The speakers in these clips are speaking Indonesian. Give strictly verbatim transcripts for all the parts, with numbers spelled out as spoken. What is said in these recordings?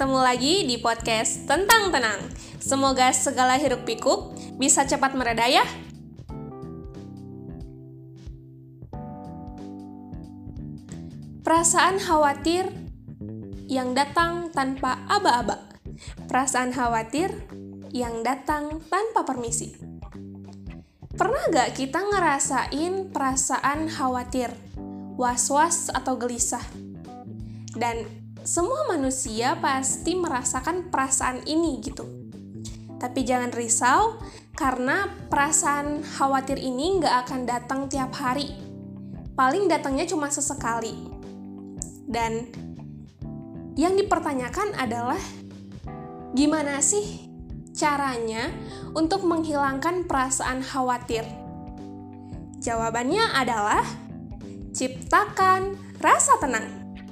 bertemu lagi di podcast Tentang Tenang. Semoga segala hiruk pikuk bisa cepat mereda ya. Perasaan khawatir yang datang tanpa aba-aba. Perasaan khawatir yang datang tanpa permisi. Pernah gak kita ngerasain perasaan khawatir, was-was atau gelisah? Dan semua manusia pasti merasakan perasaan ini gitu. Tapi jangan risau, karena perasaan khawatir ini gak akan datang tiap hari. Paling datangnya cuma sesekali. Dan yang dipertanyakan adalah, gimana sih caranya untuk menghilangkan perasaan khawatir? Jawabannya adalah, ciptakan rasa tenang.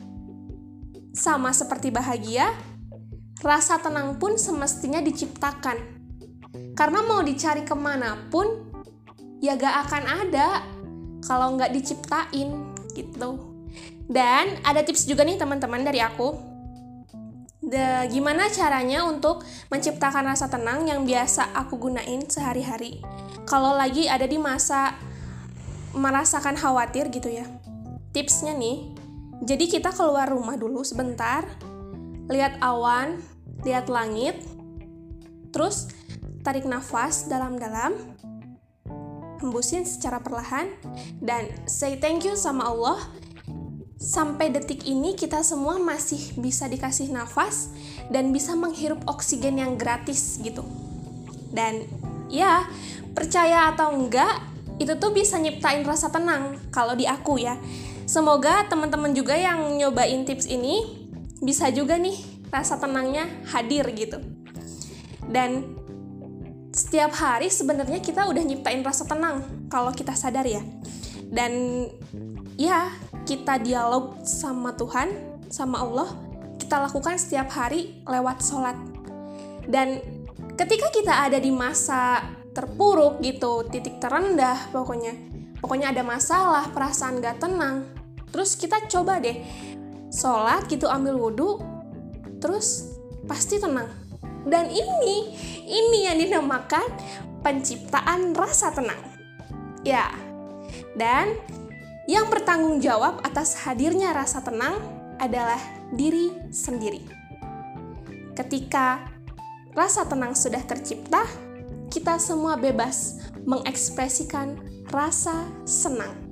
Sama seperti bahagia, rasa tenang pun semestinya diciptakan. Karena mau dicari kemanapun, ya gak akan ada kalau gak diciptain gitu. Dan ada tips juga nih teman-teman dari aku. The, gimana caranya untuk menciptakan rasa tenang yang biasa aku gunain sehari-hari kalau lagi ada di masa merasakan khawatir gitu ya. Tipsnya nih, jadi kita keluar rumah dulu sebentar, lihat awan, lihat langit, terus tarik nafas dalam-dalam, hembusin secara perlahan, dan say thank you sama Allah. Sampai detik ini kita semua masih bisa dikasih nafas dan bisa menghirup oksigen yang gratis gitu. Dan ya, percaya atau enggak, itu tuh bisa nyiptain rasa tenang kalau di aku ya. Semoga teman-teman juga yang nyobain tips ini bisa juga nih rasa tenangnya hadir gitu. Dan setiap hari sebenarnya kita udah nyiptain rasa tenang kalau kita sadar ya. Dan ya, kita dialog sama Tuhan, sama Allah, kita lakukan setiap hari lewat sholat. Dan ketika kita ada di masa terpuruk gitu, titik terendah pokoknya, pokoknya ada masalah, perasaan gak tenang, terus kita coba deh sholat gitu, ambil wudhu, terus pasti tenang. Dan ini, ini yang dinamakan penciptaan rasa tenang. Ya, dan yang bertanggung jawab atas hadirnya rasa tenang adalah diri sendiri. Ketika rasa tenang sudah tercipta, kita semua bebas mengekspresikan rasa senang.